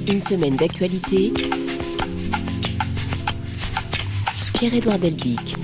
Une semaine d'actualité. Pierre-Édouard Deldic.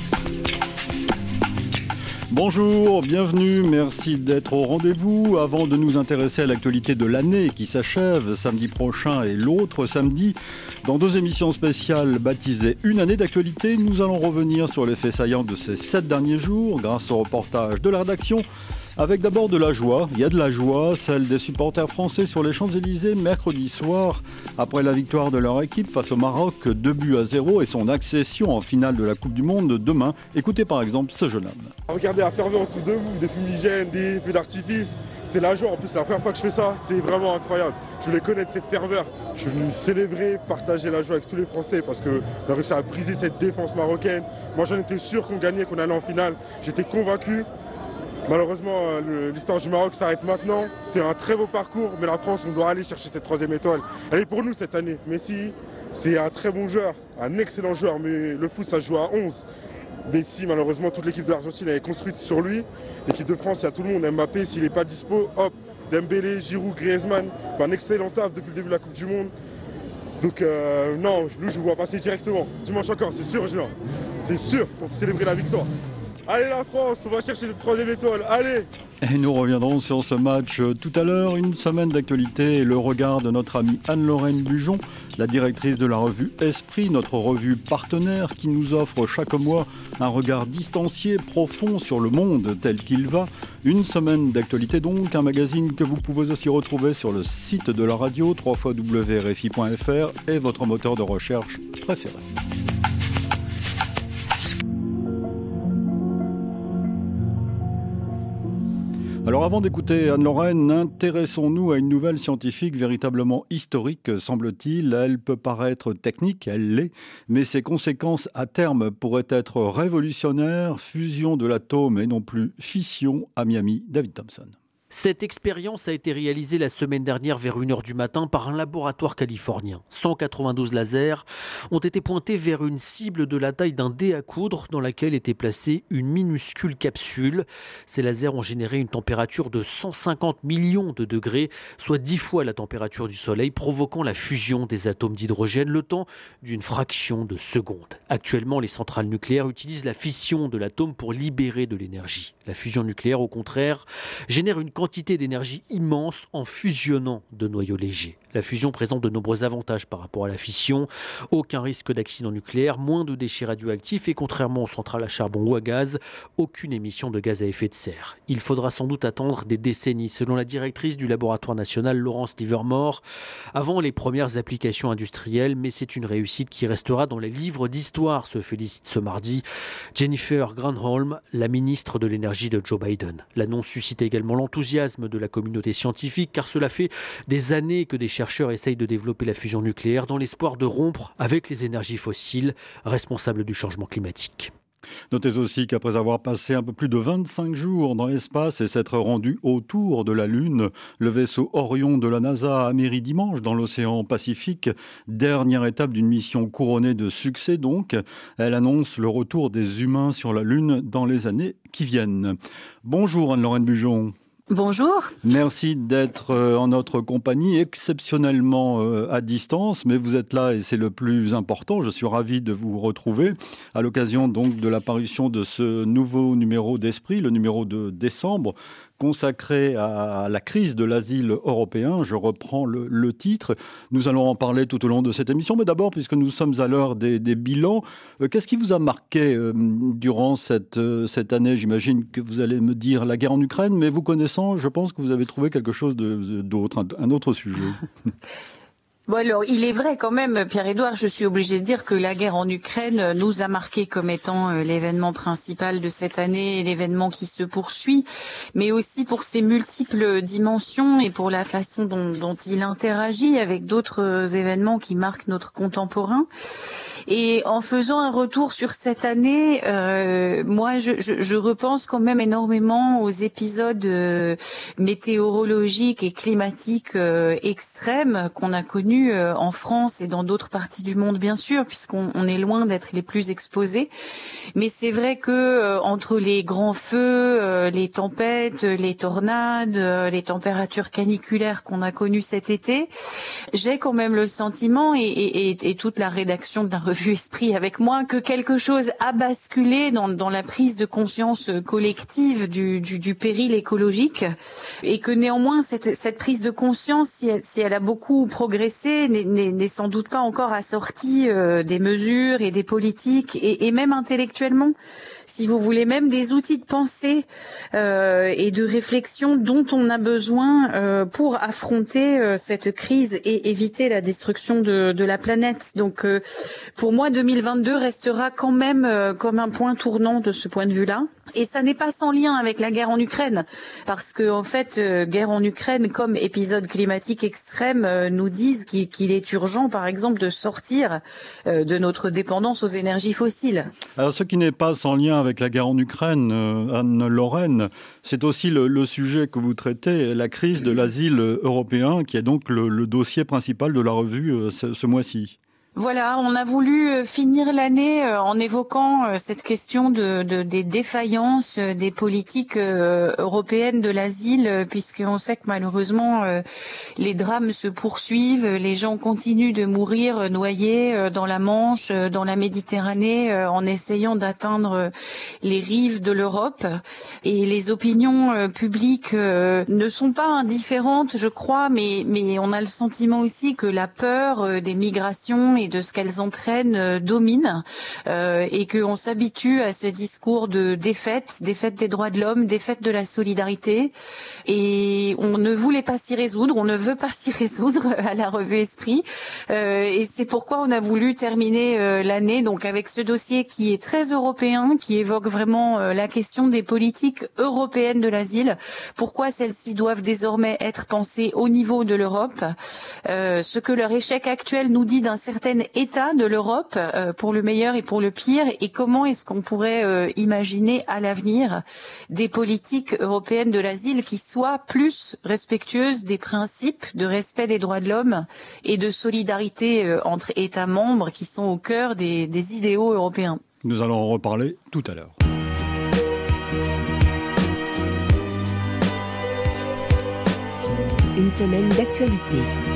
Bonjour, bienvenue, merci d'être au rendez-vous. Avant de nous intéresser à l'actualité de l'année qui s'achève samedi prochain et l'autre samedi, dans deux émissions spéciales baptisées Une année d'actualité, nous allons revenir sur les faits saillants de ces 7 derniers jours grâce au reportage de la rédaction. Avec d'abord de la joie, il y a de la joie, celle des supporters français sur les Champs-Élysées mercredi soir, après la victoire de leur équipe face au Maroc 2-0 et son accession en finale de la Coupe du Monde demain. Écoutez par exemple ce jeune homme. Regardez la ferveur autour de vous, des fumigènes, des feux d'artifice, c'est la joie. En plus, c'est la première fois que je fais ça, c'est vraiment incroyable. Je voulais connaître cette ferveur, je suis venu célébrer, partager la joie avec tous les Français parce qu'on a réussi à briser cette défense marocaine. Moi, j'en étais sûr qu'on gagnait, qu'on allait en finale, j'étais convaincu. Malheureusement, l'histoire du Maroc s'arrête maintenant. C'était un très beau parcours, mais la France, on doit aller chercher cette 3e étoile. Elle est pour nous cette année. Messi, c'est un très bon joueur, un excellent joueur, mais le foot, ça se joue à 11. Messi, malheureusement, toute l'équipe de l'Argentine est construite sur lui. L'équipe de France, il y a tout le monde. Mbappé, s'il n'est pas dispo, hop, Dembélé, Giroud, Griezmann. Enfin, un excellent taf depuis le début de la Coupe du Monde. Donc non, nous, je vous vois passer directement. Dimanche encore, c'est sûr, Julien. C'est sûr, pour célébrer la victoire. Allez la France, on va chercher cette 3e étoile, allez! Et nous reviendrons sur ce match tout à l'heure. Une semaine d'actualité et le regard de notre amie Anne-Lorraine Bujon, la directrice de la revue Esprit, notre revue partenaire qui nous offre chaque mois un regard distancié, profond sur le monde tel qu'il va. Une semaine d'actualité donc, un magazine que vous pouvez aussi retrouver sur le site de la radio, www.rfi.fr et votre moteur de recherche préféré. Alors avant d'écouter Anne-Lorraine, intéressons-nous à une nouvelle scientifique véritablement historique, semble-t-il. Elle peut paraître technique, elle l'est, mais ses conséquences à terme pourraient être révolutionnaires. Fusion de l'atome et non plus fission à Miami. David Thompson. Cette expérience a été réalisée la semaine dernière vers 1h du matin par un laboratoire californien. 192 lasers ont été pointés vers une cible de la taille d'un dé à coudre dans laquelle était placée une minuscule capsule. Ces lasers ont généré une température de 150 millions de degrés, soit 10 fois la température du Soleil, provoquant la fusion des atomes d'hydrogène le temps d'une fraction de seconde. Actuellement, les centrales nucléaires utilisent la fission de l'atome pour libérer de l'énergie. La fusion nucléaire, au contraire, génère une quantité d'énergie immense en fusionnant de noyaux légers. La fusion présente de nombreux avantages par rapport à la fission. Aucun risque d'accident nucléaire, moins de déchets radioactifs et contrairement aux centrales à charbon ou à gaz, aucune émission de gaz à effet de serre. Il faudra sans doute attendre des décennies, selon la directrice du laboratoire national, Laurence Livermore, avant les premières applications industrielles, mais c'est une réussite qui restera dans les livres d'histoire, se félicite ce mardi Jennifer Granholm, la ministre de l'énergie de Joe Biden. L'annonce suscite également l'enthousiasme de la communauté scientifique, car cela fait des années que des chercheurs essayent de développer la fusion nucléaire dans l'espoir de rompre avec les énergies fossiles responsables du changement climatique. Notez aussi qu'après avoir passé un peu plus de 25 jours dans l'espace et s'être rendu autour de la Lune, le vaisseau Orion de la NASA a atterri dimanche dans l'océan Pacifique. Dernière étape d'une mission couronnée de succès donc. Elle annonce le retour des humains sur la Lune dans les années qui viennent. Bonjour Anne-Lorraine Bujon. Bonjour. Merci d'être en notre compagnie, exceptionnellement à distance, mais vous êtes là et c'est le plus important. Je suis ravi de vous retrouver à l'occasion donc de l'apparition de ce nouveau numéro d'Esprit, le numéro de décembre, consacré à la crise de l'asile européen. Je reprends le titre. Nous allons en parler tout au long de cette émission. Mais d'abord, puisque nous sommes à l'heure des bilans, qu'est-ce qui vous a marqué durant cette année? J'imagine que vous allez me dire la guerre en Ukraine, mais vous connaissant, je pense que vous avez trouvé quelque chose d'autre, un autre sujet. Bon alors, il est vrai quand même, Pierre-Édouard, je suis obligée de dire que la guerre en Ukraine nous a marqué comme étant l'événement principal de cette année, l'événement qui se poursuit, mais aussi pour ses multiples dimensions et pour la façon dont il interagit avec d'autres événements qui marquent notre contemporain. Et en faisant un retour sur cette année, moi, je repense quand même énormément aux épisodes météorologiques et climatiques extrêmes qu'on a connus en France et dans d'autres parties du monde, bien sûr, puisqu'on est loin d'être les plus exposés. Mais c'est vrai que entre les grands feux, les tempêtes, les tornades, les températures caniculaires qu'on a connues cet été, j'ai quand même le sentiment, et toute la rédaction de la revue Esprit avec moi, que quelque chose a basculé dans la prise de conscience collective du péril écologique, et que néanmoins cette prise de conscience, si elle a beaucoup progressé, n'est sans doute pas encore assortie des mesures et des politiques et même intellectuellement, si vous voulez, même des outils de pensée et de réflexion dont on a besoin pour affronter cette crise et éviter la destruction de la planète. Donc pour moi, 2022 restera quand même comme un point tournant de ce point de vue-là. Et ça n'est pas sans lien avec la guerre en Ukraine, parce que en fait, guerre en Ukraine comme épisode climatique extrême nous disent qu'il est urgent, par exemple, de sortir de notre dépendance aux énergies fossiles. Alors, ce qui n'est pas sans lien avec la guerre en Ukraine, Anne-Lorraine, c'est aussi le sujet que vous traitez, la crise de l'asile européen, qui est donc le dossier principal de la revue ce mois-ci. Voilà, on a voulu finir l'année en évoquant cette question des défaillances des politiques européennes de l'asile, puisqu'on sait que malheureusement les drames se poursuivent, les gens continuent de mourir noyés dans la Manche, dans la Méditerranée, en essayant d'atteindre les rives de l'Europe. Et les opinions publiques ne sont pas indifférentes, je crois, mais on a le sentiment aussi que la peur des migrations et de ce qu'elles entraînent domine, et qu'on s'habitue à ce discours de défaite des droits de l'homme, défaite de la solidarité, et on ne voulait pas s'y résoudre, on ne veut pas s'y résoudre à la revue Esprit, et c'est pourquoi on a voulu terminer l'année donc avec ce dossier qui est très européen, qui évoque vraiment la question des politiques européennes de l'asile, pourquoi celles-ci doivent désormais être pensées au niveau de l'Europe, ce que leur échec actuel nous dit d'un certain état de l'Europe, pour le meilleur et pour le pire, et comment est-ce qu'on pourrait imaginer à l'avenir des politiques européennes de l'asile qui soient plus respectueuses des principes de respect des droits de l'homme et de solidarité entre États membres qui sont au cœur des idéaux européens. Nous allons en reparler tout à l'heure. Une semaine d'actualité.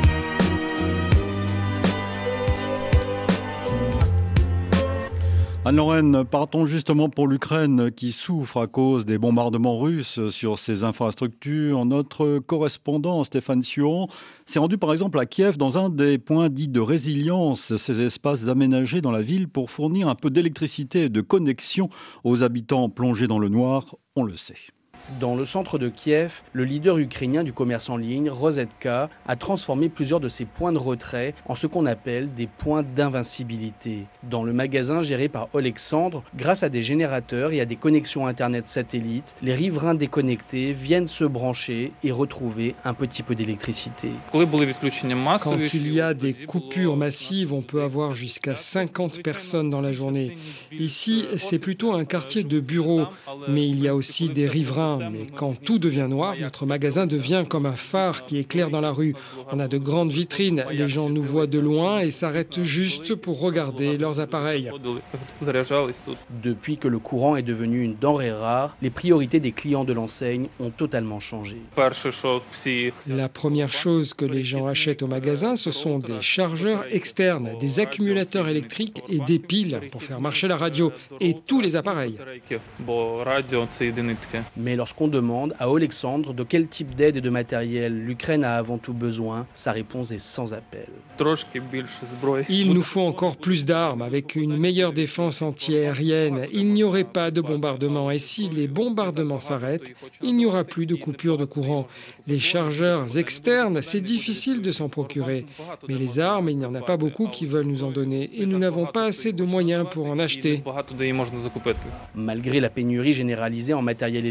Anne-Lorraine, partons justement pour l'Ukraine qui souffre à cause des bombardements russes sur ses infrastructures. Notre correspondant Stéphane Sion s'est rendu par exemple à Kiev dans un des points dits de résilience, ces espaces aménagés dans la ville pour fournir un peu d'électricité et de connexion aux habitants plongés dans le noir, on le sait. Dans le centre de Kiev, le leader ukrainien du commerce en ligne, Rozetka, a transformé plusieurs de ses points de retrait en ce qu'on appelle des points d'invincibilité. Dans le magasin géré par Alexandre, grâce à des générateurs et à des connexions Internet satellites, les riverains déconnectés viennent se brancher et retrouver un petit peu d'électricité. Quand il y a des coupures massives, on peut avoir jusqu'à 50 personnes dans la journée. Ici, c'est plutôt un quartier de bureaux, mais il y a aussi des riverains. Mais quand tout devient noir, notre magasin devient comme un phare qui éclaire dans la rue. On a de grandes vitrines, les gens nous voient de loin et s'arrêtent juste pour regarder leurs appareils. Depuis que le courant est devenu une denrée rare, les priorités des clients de l'enseigne ont totalement changé. La première chose que les gens achètent au magasin, ce sont des chargeurs externes, des accumulateurs électriques et des piles pour faire marcher la radio et tous les appareils. Mais lorsqu'on demande à Alexandre de quel type d'aide et de matériel l'Ukraine a avant tout besoin, sa réponse est sans appel. Il nous faut encore plus d'armes, avec une meilleure défense anti-aérienne. Il n'y aurait pas de bombardement. Et si les bombardements s'arrêtent, il n'y aura plus de coupure de courant. Les chargeurs externes, c'est difficile de s'en procurer. Mais les armes, il n'y en a pas beaucoup qui veulent nous en donner. Et nous n'avons pas assez de moyens pour en acheter. Malgré la pénurie généralisée en matériel électrique,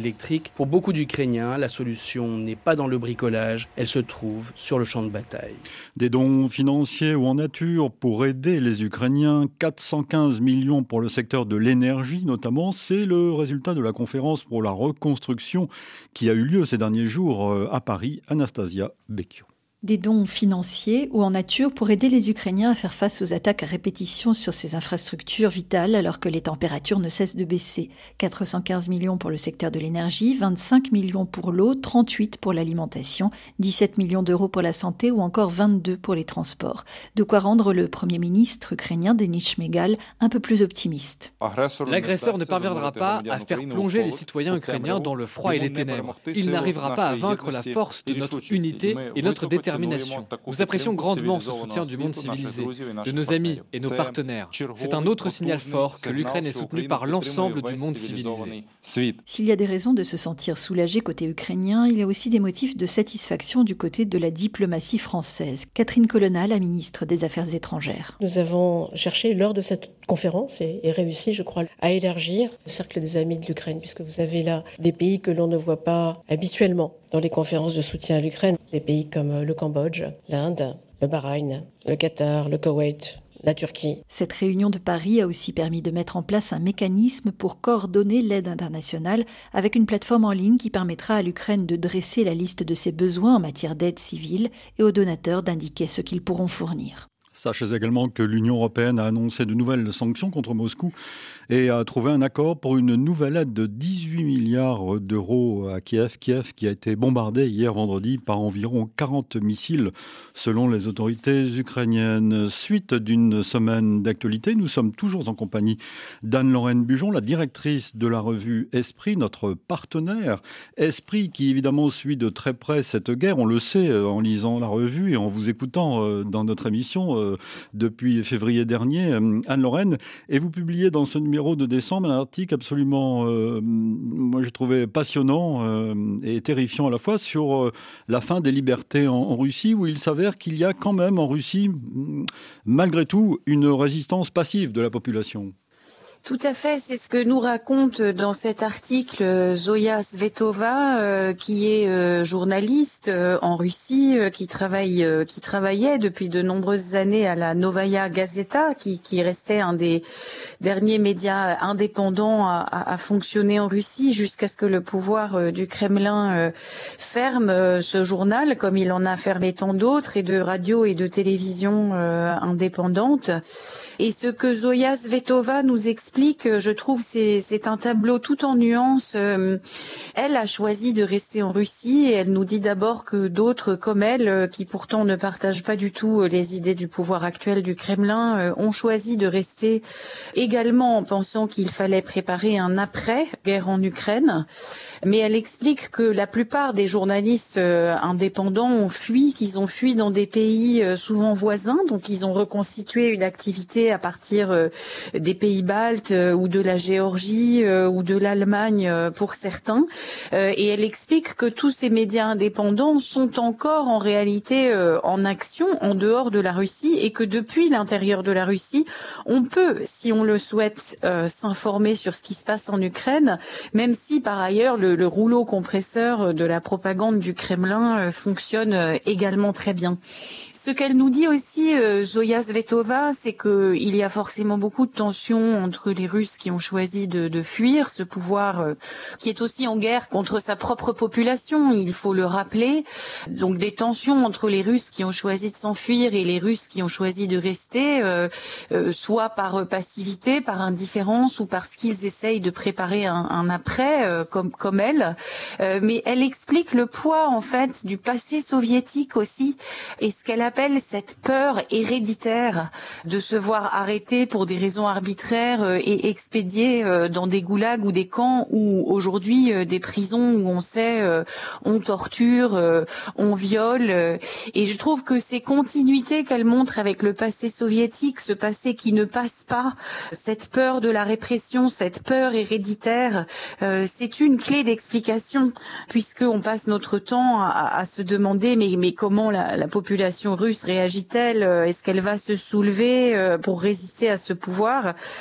explique, pour beaucoup d'Ukrainiens, la solution n'est pas dans le bricolage, elle se trouve sur le champ de bataille. Des dons financiers ou en nature pour aider les Ukrainiens, 415 millions pour le secteur de l'énergie notamment, c'est le résultat de la conférence pour la reconstruction qui a eu lieu ces derniers jours à Paris. Anastasia Becchio. Des dons financiers ou en nature pour aider les Ukrainiens à faire face aux attaques à répétition sur ces infrastructures vitales alors que les températures ne cessent de baisser. 415 millions pour le secteur de l'énergie, 25 millions pour l'eau, 38 pour l'alimentation, 17 millions d'euros pour la santé ou encore 22 pour les transports. De quoi rendre le Premier ministre ukrainien Denis Shmyhal un peu plus optimiste. L'agresseur ne parviendra pas à faire plonger les citoyens ukrainiens dans le froid et les ténèbres. Il n'arrivera pas à vaincre la force de notre unité et notre détermination. Nous apprécions grandement ce soutien du monde civilisé, de nos amis et nos partenaires. C'est un autre signal fort que l'Ukraine est soutenue par l'ensemble du monde civilisé. S'il y a des raisons de se sentir soulagé côté ukrainien, il y a aussi des motifs de satisfaction du côté de la diplomatie française. Catherine Colonna, la ministre des Affaires étrangères. Nous avons cherché lors de cette conférence et réussi, je crois, à élargir le cercle des amis de l'Ukraine, puisque vous avez là des pays que l'on ne voit pas habituellement dans les conférences de soutien à l'Ukraine. Des pays comme le Cambodge, l'Inde, le Bahreïn, le Qatar, le Koweït, la Turquie. Cette réunion de Paris a aussi permis de mettre en place un mécanisme pour coordonner l'aide internationale avec une plateforme en ligne qui permettra à l'Ukraine de dresser la liste de ses besoins en matière d'aide civile et aux donateurs d'indiquer ce qu'ils pourront fournir. Sachez également que l'Union européenne a annoncé de nouvelles sanctions contre Moscou et a trouvé un accord pour une nouvelle aide de 18 milliards d'euros à Kiev. Kiev qui a été bombardé hier vendredi par environ 40 missiles selon les autorités ukrainiennes. Suite d'une semaine d'actualité, nous sommes toujours en compagnie d'Anne-Lorraine Bujon, la directrice de la revue Esprit, notre partenaire. Esprit qui évidemment suit de très près cette guerre, on le sait en lisant la revue et en vous écoutant dans notre émission depuis février dernier. Anne-Lorraine, et vous publiez dans ce numéro de décembre un article absolument, moi j'ai trouvé passionnant et terrifiant à la fois sur la fin des libertés en Russie, où il s'avère qu'il y a quand même en Russie, malgré tout, une résistance passive de la population. Tout à fait, c'est ce que nous raconte dans cet article Zoya Svetova, qui est journaliste en Russie, qui travaillait depuis de nombreuses années à la Novaya Gazeta, qui restait un des derniers médias indépendants à fonctionner en Russie, jusqu'à ce que le pouvoir du Kremlin ferme ce journal, comme il en a fermé tant d'autres, et de radio et de télévision indépendantes. Et ce que Zoya Svetova nous explique, je trouve, c'est un tableau tout en nuances. Elle a choisi de rester en Russie et elle nous dit d'abord que d'autres comme elle, qui pourtant ne partagent pas du tout les idées du pouvoir actuel du Kremlin, ont choisi de rester également en pensant qu'il fallait préparer un après-guerre en Ukraine. Mais elle explique que la plupart des journalistes indépendants ont fui, qu'ils ont fui dans des pays souvent voisins, donc ils ont reconstitué une activité à partir des pays baltes ou de la Géorgie ou de l'Allemagne pour certains. Et elle explique que tous ces médias indépendants sont encore en réalité en action en dehors de la Russie et que depuis l'intérieur de la Russie, on peut, si on le souhaite, s'informer sur ce qui se passe en Ukraine, même si par ailleurs le rouleau compresseur de la propagande du Kremlin fonctionne également très bien. Ce qu'elle nous dit aussi, Zoya Svetova, c'est qu'il y a forcément beaucoup de tensions entre les Russes qui ont choisi de fuir ce pouvoir qui est aussi en guerre contre sa propre population, il faut le rappeler. Donc des tensions entre les Russes qui ont choisi de s'enfuir et les Russes qui ont choisi de rester, soit par passivité, par indifférence ou parce qu'ils essayent de préparer un après, comme elle. Mais elle explique le poids en fait du passé soviétique aussi et ce qu'elle appelle cette peur héréditaire de se voir arrêté pour des raisons arbitraires et expédié dans des goulags ou des camps ou aujourd'hui des prisons où on sait on torture, on viole. Et je trouve que ces continuités qu'elle montre avec le passé soviétique, ce passé qui ne passe pas, cette peur de la répression, cette peur héréditaire, c'est une clé d'explication puisqu'on passe notre temps à se demander mais comment la population russe réagit-elle? Est-ce qu'elle va se soulever pour résister à ce pouvoir? Et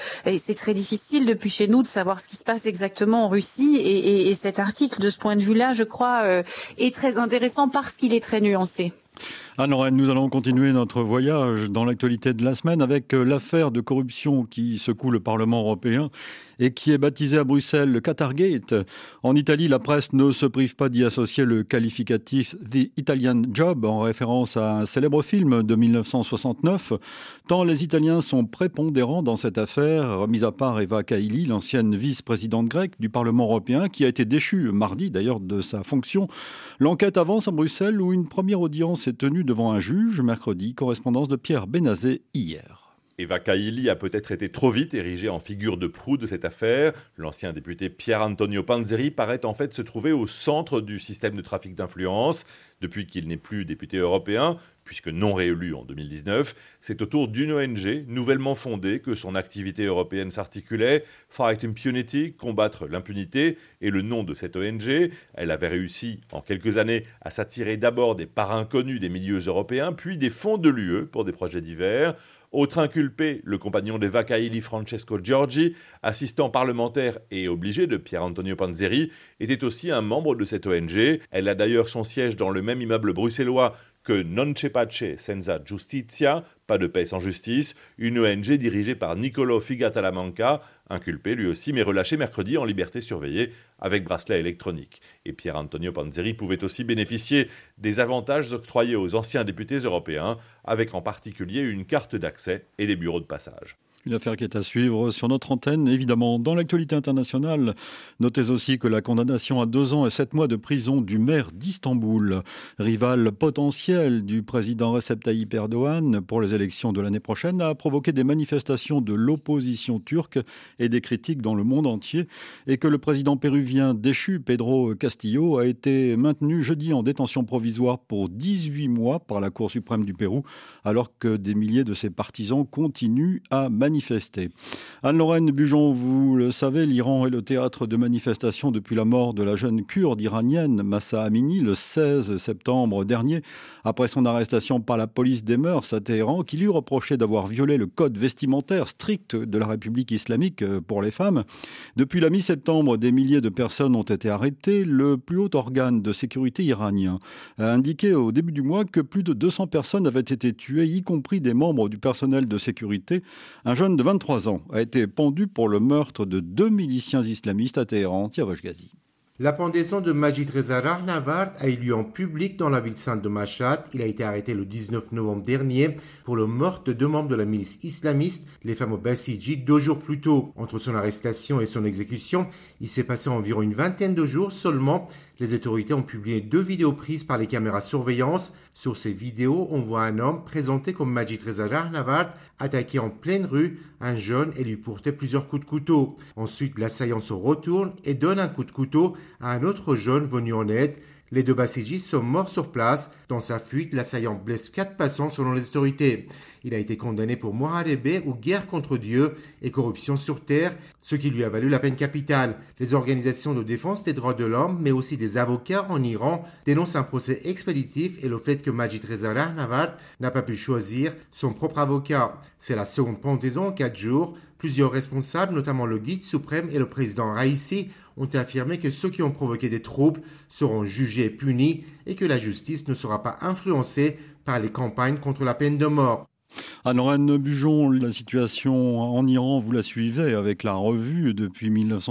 c'est très difficile depuis chez nous de savoir ce qui se passe exactement en Russie. Et cet article, de ce point de vue-là, je crois, est très intéressant parce qu'il est très nuancé. Anne-Lorraine, nous allons continuer notre voyage dans l'actualité de la semaine avec l'affaire de corruption qui secoue le Parlement européen et qui est baptisée à Bruxelles le Qatargate. En Italie, la presse ne se prive pas d'y associer le qualificatif The Italian Job en référence à un célèbre film de 1969, tant les Italiens sont prépondérants dans cette affaire, mis à part Eva Kaili, l'ancienne vice-présidente grecque du Parlement européen, qui a été déchue mardi d'ailleurs de sa fonction. L'enquête avance à Bruxelles où une première audience est tenue devant un juge mercredi, correspondance de Pierre Benazet hier. Eva Kaili a peut-être été trop vite érigée en figure de proue de cette affaire. L'ancien député Pier Antonio Panzeri paraît en fait se trouver au centre du système de trafic d'influence. Depuis qu'il n'est plus député européen, puisque non réélu en 2019, c'est autour d'une ONG nouvellement fondée que son activité européenne s'articulait. Fight Impunity, combattre l'impunité, est le nom de cette ONG. Elle avait réussi en quelques années à s'attirer d'abord des parrains connus des milieux européens, puis des fonds de l'UE pour des projets divers. Autre inculpé, le compagnon d'Eva Kaili, Francesco Giorgi, assistant parlementaire et obligé de Pier Antonio Panzeri, était aussi un membre de cette ONG. Elle a d'ailleurs son siège dans le même immeuble bruxellois que Non c'è pace senza giustizia, pas de paix sans justice, une ONG dirigée par Niccolò Figa-Talamanca, inculpé lui aussi, mais relâché mercredi en liberté surveillée avec bracelet électronique. Et Pier Antonio Panzeri pouvait aussi bénéficier des avantages octroyés aux anciens députés européens, avec en particulier une carte d'accès et des bureaux de passage. Une affaire qui est à suivre sur notre antenne, évidemment. Dans l'actualité internationale, notez aussi que la condamnation à 2 ans et 7 mois de prison du maire d'Istanbul, rival potentiel du président Recep Tayyip Erdogan pour les élections de l'année prochaine, a provoqué des manifestations de l'opposition turque et des critiques dans le monde entier, et que le président péruvien déchu, Pedro Castillo, a été maintenu jeudi en détention provisoire pour 18 mois par la Cour suprême du Pérou, alors que des milliers de ses partisans continuent à manifester. Anne-Lorraine Bujon, vous le savez, l'Iran est le théâtre de manifestations depuis la mort de la jeune kurde iranienne Mahsa Amini le 16 septembre dernier, après son arrestation par la police des mœurs à Téhéran, qui lui reprochait d'avoir violé le code vestimentaire strict de la République islamique pour les femmes. Depuis la mi-septembre, des milliers de personnes ont été arrêtées. Le plus haut organe de sécurité iranien a indiqué au début du mois que plus de 200 personnes avaient été tuées, y compris des membres du personnel de sécurité. Un jeune de 23 ans a été pendu pour le meurtre de 2 miliciens islamistes à Téhéran. Tiavash Ghazi. La pendaison de Majid Reza Rahnavard a eu lieu en public dans la ville sainte de Mashhad. Il a été arrêté le 19 novembre dernier pour le meurtre de 2 membres de la milice islamiste, les fameux Basiji, 2 jours plus tôt. Entre son arrestation et son exécution, il s'est passé environ une vingtaine de jours seulement. Les autorités ont publié 2 vidéos prises par les caméras surveillance. Sur ces vidéos, on voit un homme présenté comme Majid Reza Rahnavard attaquer en pleine rue un jeune et lui porter plusieurs coups de couteau. Ensuite, l'assaillant se retourne et donne un coup de couteau à un autre jeune venu en aide. Les 2 Basiji sont morts sur place. Dans sa fuite, l'assaillant blesse 4 passants selon les autorités. Il a été condamné pour muharebe ou guerre contre Dieu et corruption sur terre, ce qui lui a valu la peine capitale. Les organisations de défense des droits de l'homme, mais aussi des avocats en Iran, dénoncent un procès expéditif et le fait que Majid Reza Rahnavard n'a pas pu choisir son propre avocat. C'est la seconde pendaison en 4 jours. Plusieurs responsables, notamment le guide suprême et le président Raisi, ont affirmé que ceux qui ont provoqué des troubles seront jugés et punis et que la justice ne sera pas influencée par les campagnes contre la peine de mort. Anne-Lorraine Bujon, la situation en Iran, vous la suivez avec la revue depuis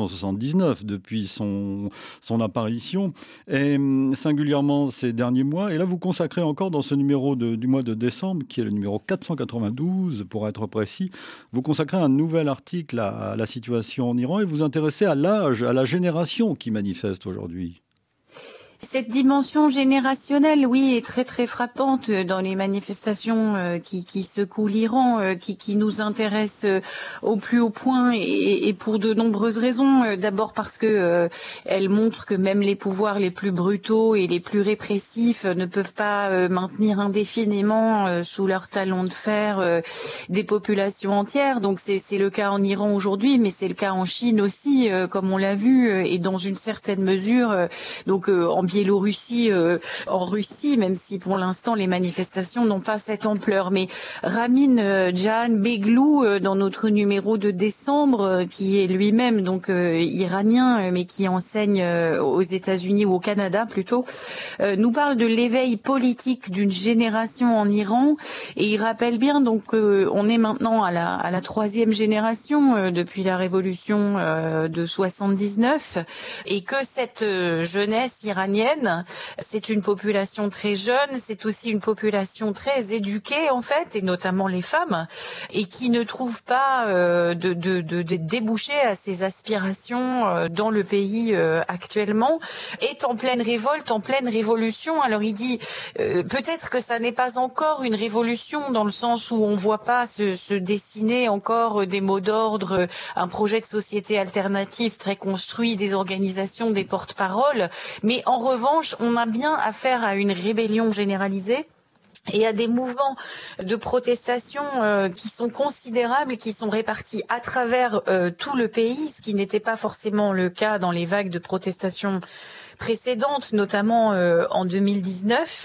1979, depuis son apparition, et singulièrement ces derniers mois. Et là, vous consacrez encore dans ce numéro du mois de décembre, qui est le numéro 492 pour être précis, vous consacrez un nouvel article à la situation en Iran et vous intéressez à l'âge, à la génération qui manifeste aujourd'hui. Cette dimension générationnelle, oui, est très très frappante dans les manifestations qui secouent l'Iran, qui nous intéressent au plus haut point et pour de nombreuses raisons. D'abord parce que elles montrent que même les pouvoirs les plus brutaux et les plus répressifs ne peuvent pas maintenir indéfiniment sous leur talon de fer des populations entières. Donc c'est le cas en Iran aujourd'hui, mais c'est le cas en Chine aussi, comme on l'a vu, et dans une certaine mesure, donc en Biélorussie en Russie, même si pour l'instant les manifestations n'ont pas cette ampleur. Mais Ramin Jahanbeglou, dans notre numéro de décembre, qui est lui-même donc iranien, mais qui enseigne aux États-Unis ou au Canada plutôt, nous parle de l'éveil politique d'une génération en Iran, et il rappelle bien donc on est maintenant à la troisième génération depuis la révolution de 79, et que cette jeunesse iranienne, c'est une population très jeune, c'est aussi une population très éduquée en fait, et notamment les femmes, et qui ne trouve pas de déboucher à ses aspirations dans le pays actuellement, est en pleine révolte, en pleine révolution. Alors il dit peut-être que ça n'est pas encore une révolution dans le sens où on voit pas se dessiner encore des mots d'ordre, un projet de société alternative très construit, des organisations, des porte-paroles, mais en revanche on a bien affaire à une rébellion généralisée et à des mouvements de protestation qui sont considérables et qui sont répartis à travers tout le pays, ce qui n'était pas forcément le cas dans les vagues de protestation précédentes, notamment en 2019,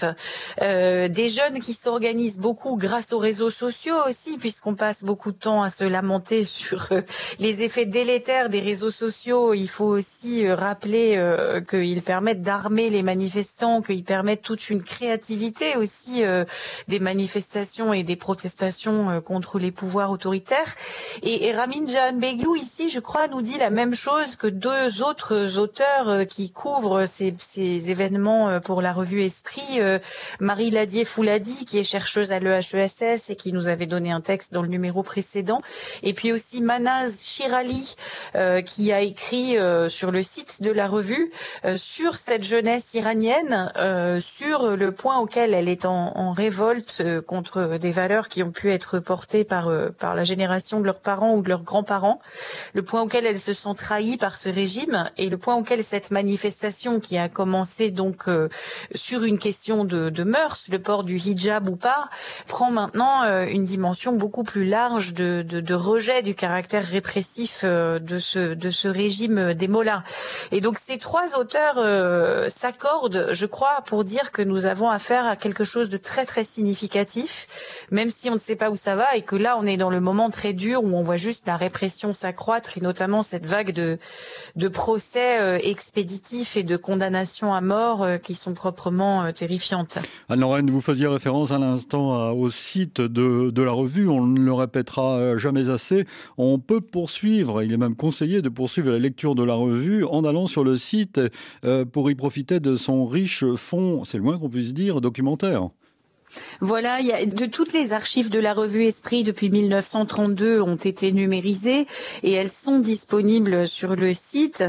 des jeunes qui s'organisent beaucoup grâce aux réseaux sociaux aussi, puisqu'on passe beaucoup de temps à se lamenter sur les effets délétères des réseaux sociaux. Il faut aussi rappeler qu'ils permettent d'armer les manifestants, qu'ils permettent toute une créativité aussi des manifestations et des protestations contre les pouvoirs autoritaires. Et Ramin Jahanbeglou ici, je crois, nous dit la même chose que deux autres auteurs qui couvrent ces événements pour la revue Esprit, Marie Ladier-Fouladi, qui est chercheuse à l'EHESS et qui nous avait donné un texte dans le numéro précédent, et puis aussi Manaz Shirali, qui a écrit sur le site de la revue sur cette jeunesse iranienne, sur le point auquel elle est en révolte contre des valeurs qui ont pu être portées par la génération de leurs parents ou de leurs grands-parents, le point auquel elle se sent trahie par ce régime, et le point auquel cette manifestation qui a commencé donc sur une question de mœurs, le port du hijab ou pas, prend maintenant une dimension beaucoup plus large de rejet du caractère répressif de ce régime des mollahs. Et donc ces trois auteurs s'accordent, je crois, pour dire que nous avons affaire à quelque chose de très très significatif, même si on ne sait pas où ça va, et que là on est dans le moment très dur où on voit juste la répression s'accroître, et notamment cette vague de procès expéditifs et de condamnations à mort qui sont proprement terrifiantes. Anne-Lorraine, vous faisiez référence à l'instant au site de la revue, on ne le répétera jamais assez, on peut poursuivre, il est même conseillé de poursuivre la lecture de la revue en allant sur le site pour y profiter de son riche fond, c'est le moins qu'on puisse dire, documentaire. Voilà, de toutes les archives de la revue Esprit depuis 1932 ont été numérisées et elles sont disponibles sur le site,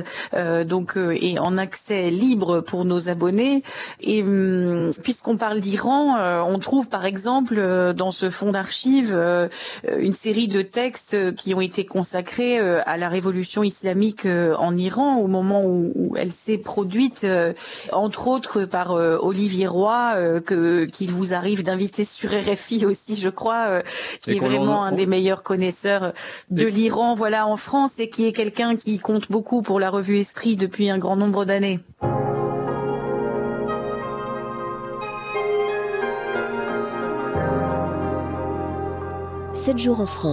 et en accès libre pour nos abonnés. Et puisqu'on parle d'Iran, on trouve par exemple dans ce fonds d'archives une série de textes qui ont été consacrés à la révolution islamique en Iran au moment où elle s'est produite, entre autres par Olivier Roy, qu'il vous arrive d'inviter sur RFI aussi, je crois, qui est vraiment un des meilleurs connaisseurs de l'Iran, voilà, en France, et qui est quelqu'un qui compte beaucoup pour la revue Esprit depuis un grand nombre d'années. « 7 jours en France ».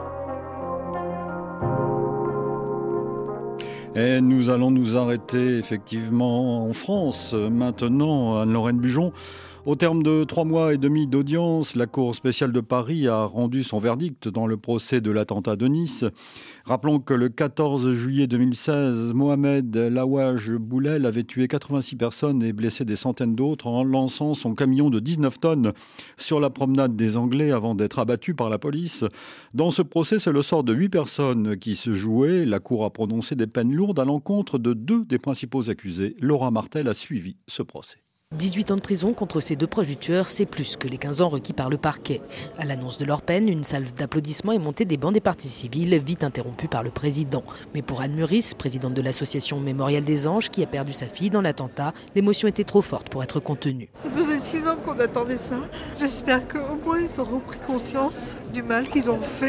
Et nous allons nous arrêter effectivement en France maintenant, Anne-Lorraine Bujon. Au terme de 3 mois et demi d'audience, la Cour spéciale de Paris a rendu son verdict dans le procès de l'attentat de Nice. Rappelons que le 14 juillet 2016, Mohamed Laouaj Boulel avait tué 86 personnes et blessé des centaines d'autres en lançant son camion de 19 tonnes sur la promenade des Anglais avant d'être abattu par la police. Dans ce procès, c'est le sort de 8 personnes qui se jouait. La Cour a prononcé des peines lourdes à l'encontre de 2 des principaux accusés. Laura Martel a suivi ce procès. 18 ans de prison contre ces 2 proches du tueur, c'est plus que les 15 ans requis par le parquet. À l'annonce de leur peine, une salve d'applaudissements est montée des bancs des parties civiles, vite interrompue par le président. Mais pour Anne Meurice, présidente de l'association Mémorial des Anges, qui a perdu sa fille dans l'attentat, l'émotion était trop forte pour être contenue. Ça faisait 6 ans qu'on attendait ça. J'espère qu'au moins ils auront pris conscience du mal qu'ils ont fait.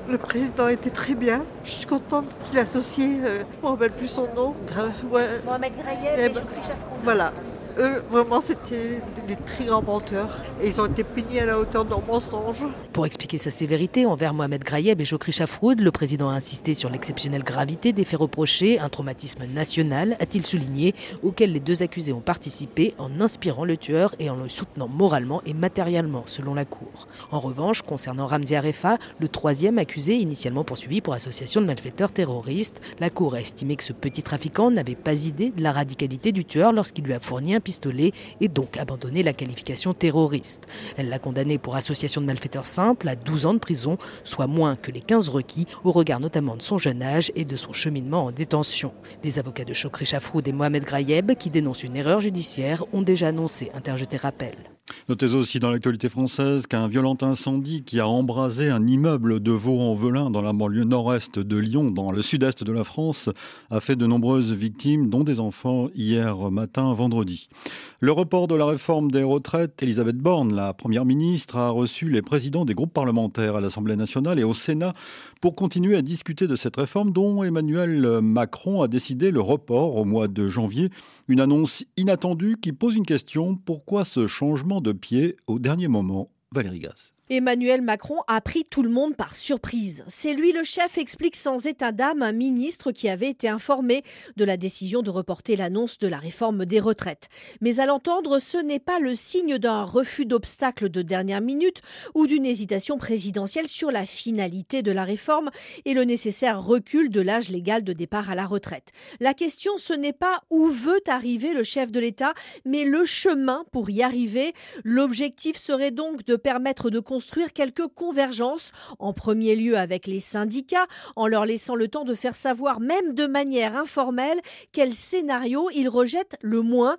Le président était très bien. Je suis contente qu'il ait associé, je ne me rappelle plus son nom. Mohamed Grayeb et Chokri Chafroud. Voilà. Eux, vraiment, c'était des très grands menteurs. Et ils ont été punis à la hauteur de leurs mensonges. Pour expliquer sa sévérité envers Mohamed Grayeb et Chokri Chafroud, le président a insisté sur l'exceptionnelle gravité des faits reprochés, un traumatisme national, a-t-il souligné, auquel les deux accusés ont participé en inspirant le tueur et en le soutenant moralement et matériellement, selon la Cour. En revanche, concernant Ramzi Arefa, le troisième accusé initialement poursuivi pour association de malfaiteurs terroristes, la Cour a estimé que ce petit trafiquant n'avait pas idée de la radicalité du tueur lorsqu'il lui a fourni un pistolet et donc abandonné la qualification terroriste. Elle l'a condamné pour association de malfaiteurs simples à 12 ans de prison, soit moins que les 15 requis, au regard notamment de son jeune âge et de son cheminement en détention. Les avocats de Chokri Chafroud et Mohamed Grayeb, qui dénoncent une erreur judiciaire, ont déjà annoncé interjeter rappel. Notez aussi dans l'actualité française qu'un violent incendie qui a embrasé un immeuble de Vaux-en-Velin dans la banlieue nord-est de Lyon, dans le sud-est de la France, a fait de nombreuses victimes, dont des enfants, hier matin, vendredi. Le report de la réforme des retraites, Elisabeth Borne, la première ministre, a reçu les présidents des groupes parlementaires à l'Assemblée nationale et au Sénat pour continuer à discuter de cette réforme dont Emmanuel Macron a décidé le report au mois de janvier. Une annonce inattendue qui pose une question: pourquoi ce changement de pied au dernier moment? Valérie Gasse. Emmanuel Macron a pris tout le monde par surprise. C'est lui le chef, explique sans état d'âme un ministre qui avait été informé de la décision de reporter l'annonce de la réforme des retraites. Mais à l'entendre, ce n'est pas le signe d'un refus d'obstacle de dernière minute ou d'une hésitation présidentielle sur la finalité de la réforme et le nécessaire recul de l'âge légal de départ à la retraite. La question, ce n'est pas où veut arriver le chef de l'État, mais le chemin pour y arriver. L'objectif serait donc de permettre de construire quelques convergences, en premier lieu avec les syndicats, en leur laissant le temps de faire savoir, même de manière informelle, quel scénario ils rejettent le moins.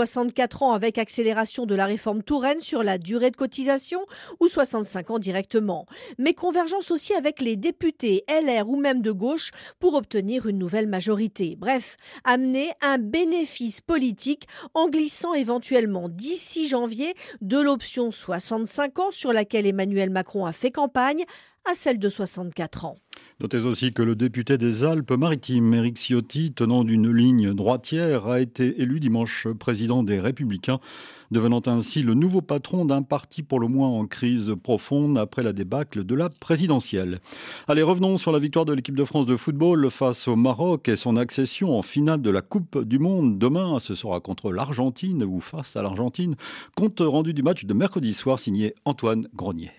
64 ans avec accélération de la réforme Touraine sur la durée de cotisation ou 65 ans directement. Mais convergence aussi avec les députés LR ou même de gauche pour obtenir une nouvelle majorité. Bref, amener un bénéfice politique en glissant éventuellement d'ici janvier de l'option 65 ans sur laquelle Emmanuel Macron a fait campagne à celle de 64 ans. Notez aussi que le député des Alpes-Maritimes, Éric Ciotti, tenant d'une ligne droitière, a été élu dimanche président des Républicains, devenant ainsi le nouveau patron d'un parti pour le moins en crise profonde après la débâcle de la présidentielle. Allez, revenons sur la victoire de l'équipe de France de football face au Maroc et son accession en finale de la Coupe du Monde. Demain, ce sera contre l'Argentine ou face à l'Argentine. Compte rendu du match de mercredi soir signé Antoine Grenier.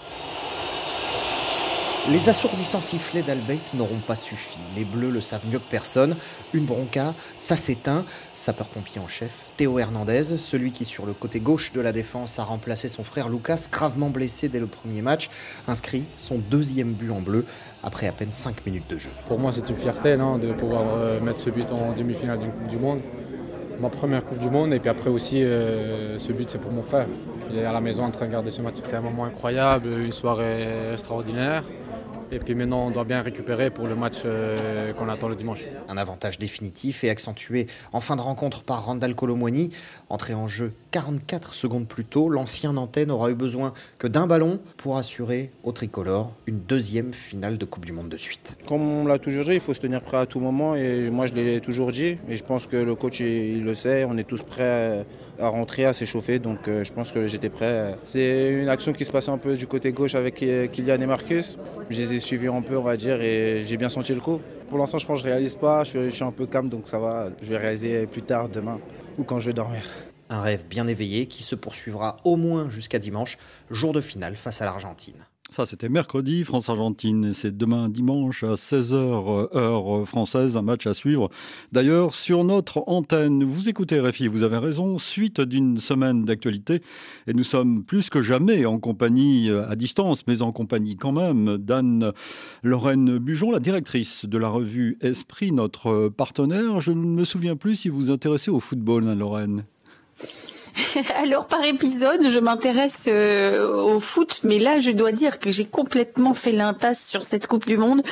Les assourdissants sifflets d'Albeit n'auront pas suffi. Les Bleus le savent mieux que personne. Une bronca, ça s'éteint. Sapeur-pompier en chef, Théo Hernandez, celui qui sur le côté gauche de la défense a remplacé son frère Lucas, gravement blessé dès le premier match, inscrit son deuxième but en bleu après à peine 5 minutes de jeu. Pour moi, c'est une fierté de pouvoir mettre ce but en demi-finale d'une Coupe du Monde. Ma première Coupe du Monde, et puis après aussi, ce but, c'est pour mon frère. Il est à la maison en train de regarder ce match. C'était un moment incroyable, une soirée extraordinaire. Et puis maintenant, on doit bien récupérer pour le match qu'on attend le dimanche. Un avantage définitif et accentué en fin de rencontre par Randal Kolo Muani. Entré en jeu 44 secondes plus tôt, l'ancien Nantais n'aura eu besoin que d'un ballon pour assurer au tricolore une deuxième finale de Coupe du Monde de suite. Comme on l'a toujours dit, il faut se tenir prêt à tout moment. Et moi, je l'ai toujours dit. Et je pense que le coach, il le sait. On est tous prêts à rentrer, à s'échauffer. Donc je pense que j'étais prêt. C'est une action qui se passe un peu du côté gauche avec Kylian et Marcus. Je les ai suivis un peu, on va dire, et j'ai bien senti le coup. Pour l'instant, je pense que je ne réalise pas. Je suis un peu calme, donc ça va. Je vais réaliser plus tard, demain, ou quand je vais dormir. Un rêve bien éveillé qui se poursuivra au moins jusqu'à dimanche, jour de finale face à l'Argentine. Ça, c'était mercredi, France-Argentine, et c'est demain dimanche à 16h, heure française, un match à suivre. D'ailleurs, sur notre antenne, vous écoutez RFI, vous avez raison, suite d'une semaine d'actualité, et nous sommes plus que jamais en compagnie à distance, mais en compagnie quand même d'Anne-Lorraine Bujon, la directrice de la revue Esprit, notre partenaire. Je ne me souviens plus si vous vous intéressez au football, Anne-Lorraine. Alors par épisode, je m'intéresse au foot, mais là je dois dire que j'ai complètement fait l'impasse sur cette Coupe du Monde.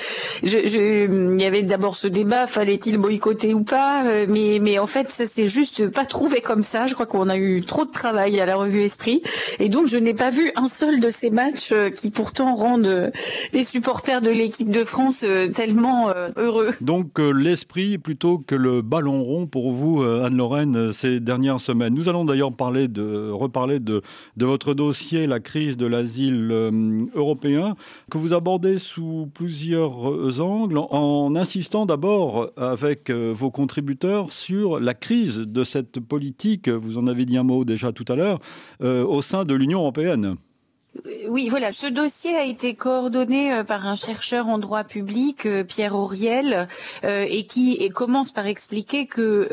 Il y avait d'abord ce débat, fallait-il boycotter ou pas, mais en fait ça s'est juste pas trouvé comme ça. Je crois qu'on a eu trop de travail à la revue Esprit, et donc je n'ai pas vu un seul de ces matchs qui pourtant rendent les supporters de l'équipe de France tellement heureux. Donc l'esprit plutôt que le ballon rond pour vous, Anne-Lorraine, ces dernières semaines. Nous allons d'ailleurs reparler de votre dossier, la crise de l'asile européen, que vous abordez sous plusieurs angles, en insistant d'abord avec vos contributeurs sur la crise de cette politique, vous en avez dit un mot déjà tout à l'heure, au sein de l'Union européenne. Oui, voilà. Ce dossier a été coordonné par un chercheur en droit public, Pierre Auriel, et qui commence par expliquer que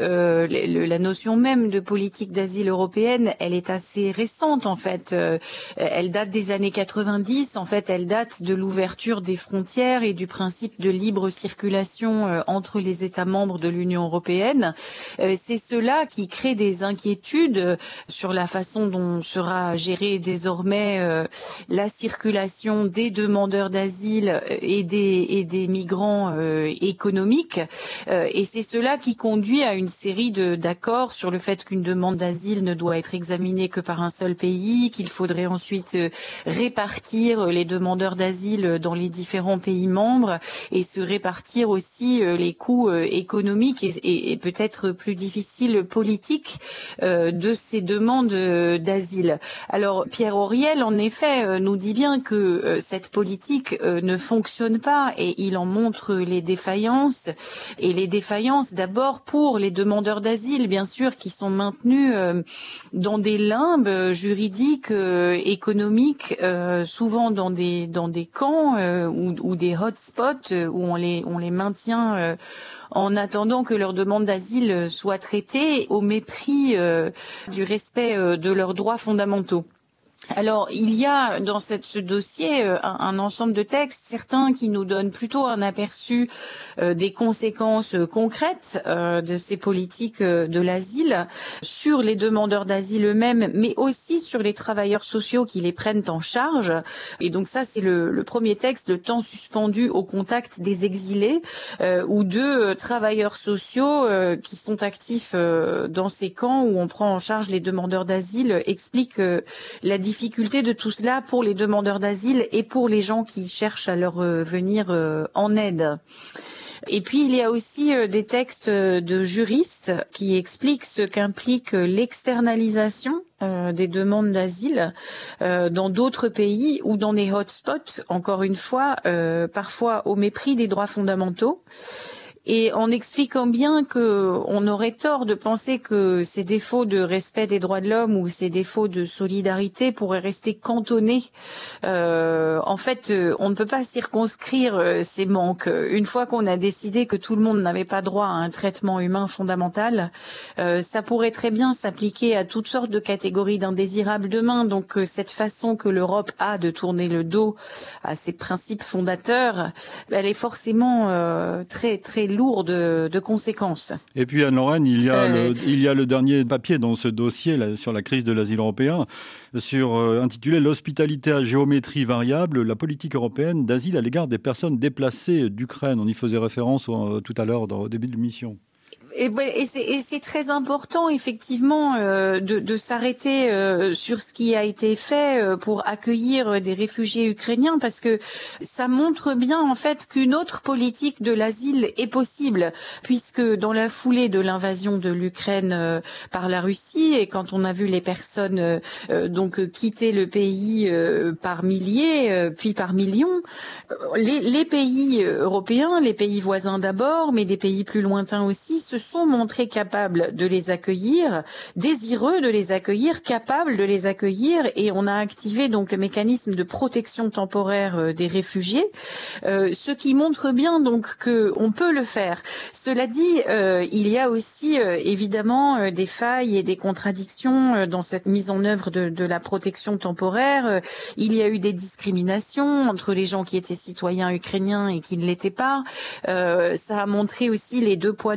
la notion même de politique d'asile européenne, elle est assez récente en fait. Elle date des années 90. En fait, elle date de l'ouverture des frontières et du principe de libre circulation entre les États membres de l'Union européenne. C'est cela qui crée des inquiétudes sur la façon dont sera gérée désormais la circulation des demandeurs d'asile et des migrants économiques, et c'est cela qui conduit à une série d'accords sur le fait qu'une demande d'asile ne doit être examinée que par un seul pays, qu'il faudrait ensuite répartir les demandeurs d'asile dans les différents pays membres et se répartir aussi les coûts économiques et peut-être plus difficiles politiques de ces demandes d'asile. Alors Pierre Auriel, en effet, nous dit bien que cette politique ne fonctionne pas, et il en montre les défaillances. Et les défaillances d'abord pour les demandeurs d'asile, bien sûr, qui sont maintenus dans des limbes juridiques, économiques, souvent dans des camps ou des hotspots où on les maintient en attendant que leur demande d'asile soit traitée au mépris du respect de leurs droits fondamentaux. Alors, il y a dans ce dossier un ensemble de textes, certains qui nous donnent plutôt un aperçu des conséquences concrètes de ces politiques de l'asile sur les demandeurs d'asile eux-mêmes, mais aussi sur les travailleurs sociaux qui les prennent en charge. Et donc ça, c'est le premier texte, le temps suspendu au contact des exilés, où deux travailleurs sociaux qui sont actifs dans ces camps où on prend en charge les demandeurs d'asile expliquent la difficulté de tout cela pour les demandeurs d'asile et pour les gens qui cherchent à leur venir en aide. Et puis, il y a aussi des textes de juristes qui expliquent ce qu'implique l'externalisation des demandes d'asile dans d'autres pays ou dans des hotspots, encore une fois, parfois au mépris des droits fondamentaux. Et en expliquant bien que on aurait tort de penser que ces défauts de respect des droits de l'homme ou ces défauts de solidarité pourraient rester cantonnés. En fait, on ne peut pas circonscrire ces manques. Une fois qu'on a décidé que tout le monde n'avait pas droit à un traitement humain fondamental, ça pourrait très bien s'appliquer à toutes sortes de catégories d'indésirables demain. Donc cette façon que l'Europe a de tourner le dos à ses principes fondateurs, elle est forcément très très lourde de conséquences. Et puis Anne-Lorraine, il y a le dernier papier dans ce dossier là, sur la crise de l'asile européen, intitulé « L'hospitalité à géométrie variable, la politique européenne d'asile à l'égard des personnes déplacées d'Ukraine ». On y faisait référence tout à l'heure au début de l'émission. Et c'est très important effectivement de s'arrêter sur ce qui a été fait pour accueillir des réfugiés ukrainiens, parce que ça montre bien en fait qu'une autre politique de l'asile est possible, puisque dans la foulée de l'invasion de l'Ukraine par la Russie, et quand on a vu les personnes donc quitter le pays par milliers puis par millions, les pays européens, les pays voisins d'abord, mais des pays plus lointains aussi, se sont montrés capables de les accueillir, désireux de les accueillir, capables de les accueillir, et on a activé donc le mécanisme de protection temporaire des réfugiés, ce qui montre bien donc que on peut le faire. Cela dit, il y a aussi évidemment des failles et des contradictions dans cette mise en œuvre de la protection temporaire. Il y a eu des discriminations entre les gens qui étaient citoyens ukrainiens et qui ne l'étaient pas. Ça a montré aussi les deux poids deux mesures.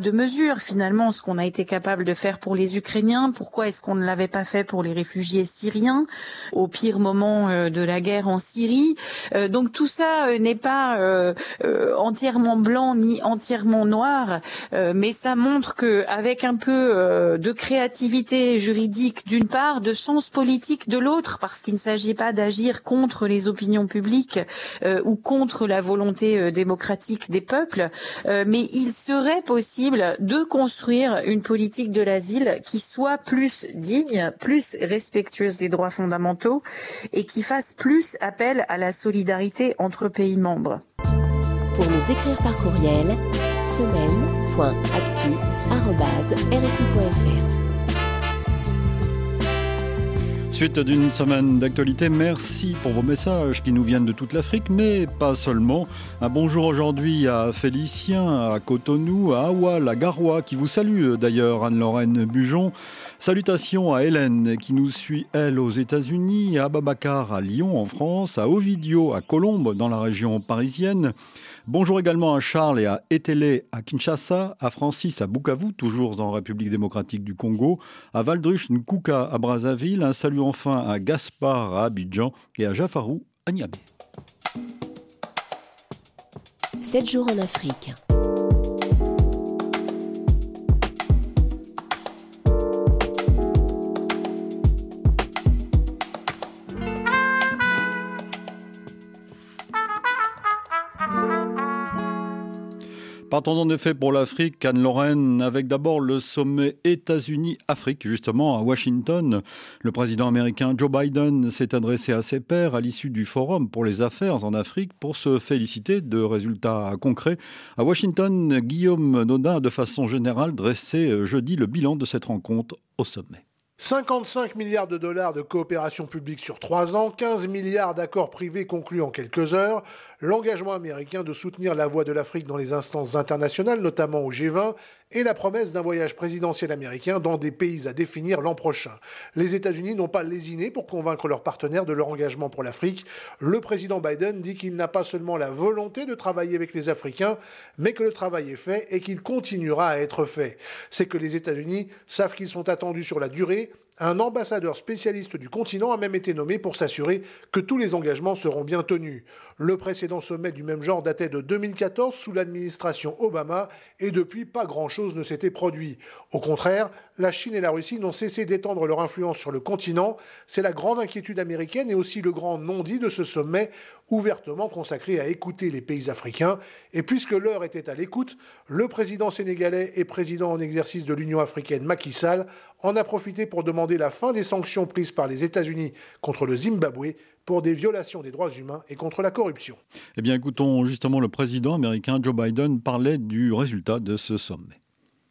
mesure finalement ce qu'on a été capable de faire pour les Ukrainiens. Pourquoi est-ce qu'on ne l'avait pas fait pour les réfugiés syriens au pire moment de la guerre en Syrie? Donc tout ça n'est pas entièrement blanc ni entièrement noir, mais ça montre que avec un peu de créativité juridique d'une part, de sens politique de l'autre, parce qu'il ne s'agit pas d'agir contre les opinions publiques ou contre la volonté démocratique des peuples, mais il serait possible de construire une politique de l'asile qui soit plus digne, plus respectueuse des droits fondamentaux et qui fasse plus appel à la solidarité entre pays membres. Pour nous écrire par courriel, semaine.actu@rfi.fr. Suite d'une semaine d'actualité, merci pour vos messages qui nous viennent de toute l'Afrique, mais pas seulement. Un bonjour aujourd'hui à Félicien, à Cotonou, à Awal, à Garoua, qui vous salue d'ailleurs, Anne-Lorraine Bujon. Salutations à Hélène qui nous suit, elle, aux États-Unis, à Ababacar à Lyon en France, à Ovidio à Colombes dans la région parisienne. Bonjour également à Charles et à Etele à Kinshasa, à Francis à Bukavu, toujours en République démocratique du Congo, à Valdruch Nkouka à Brazzaville, un salut enfin à Gaspard à Abidjan et à Jafarou à Niamey. 7 jours en Afrique. Partons en effet pour l'Afrique, Anne-Lorraine, avec d'abord le sommet États-Unis-Afrique, justement à Washington. Le président américain Joe Biden s'est adressé à ses pairs à l'issue du Forum pour les affaires en Afrique pour se féliciter de résultats concrets. À Washington, Guillaume Nodin a de façon générale dressé jeudi le bilan de cette rencontre au sommet. 55 milliards de dollars de coopération publique sur 3 ans, 15 milliards d'accords privés conclus en quelques heures, l'engagement américain de soutenir la voix de l'Afrique dans les instances internationales, notamment au G20, et la promesse d'un voyage présidentiel américain dans des pays à définir l'an prochain. Les États-Unis n'ont pas lésiné pour convaincre leurs partenaires de leur engagement pour l'Afrique. Le président Biden dit qu'il n'a pas seulement la volonté de travailler avec les Africains, mais que le travail est fait et qu'il continuera à être fait. C'est que les États-Unis savent qu'ils sont attendus sur la durée. Un ambassadeur spécialiste du continent a même été nommé pour s'assurer que tous les engagements seront bien tenus. Le précédent sommet du même genre datait de 2014 sous l'administration Obama et depuis, pas grand-chose ne s'était produit. Au contraire, la Chine et la Russie n'ont cessé d'étendre leur influence sur le continent. C'est la grande inquiétude américaine et aussi le grand non-dit de ce sommet ouvertement consacré à écouter les pays africains. Et puisque l'heure était à l'écoute, le président sénégalais et président en exercice de l'Union africaine Macky Sall en a profité pour demander la fin des sanctions prises par les États-Unis contre le Zimbabwe pour des violations des droits humains et contre la corruption. Eh bien, écoutons justement le président américain Joe Biden parler du résultat de ce sommet.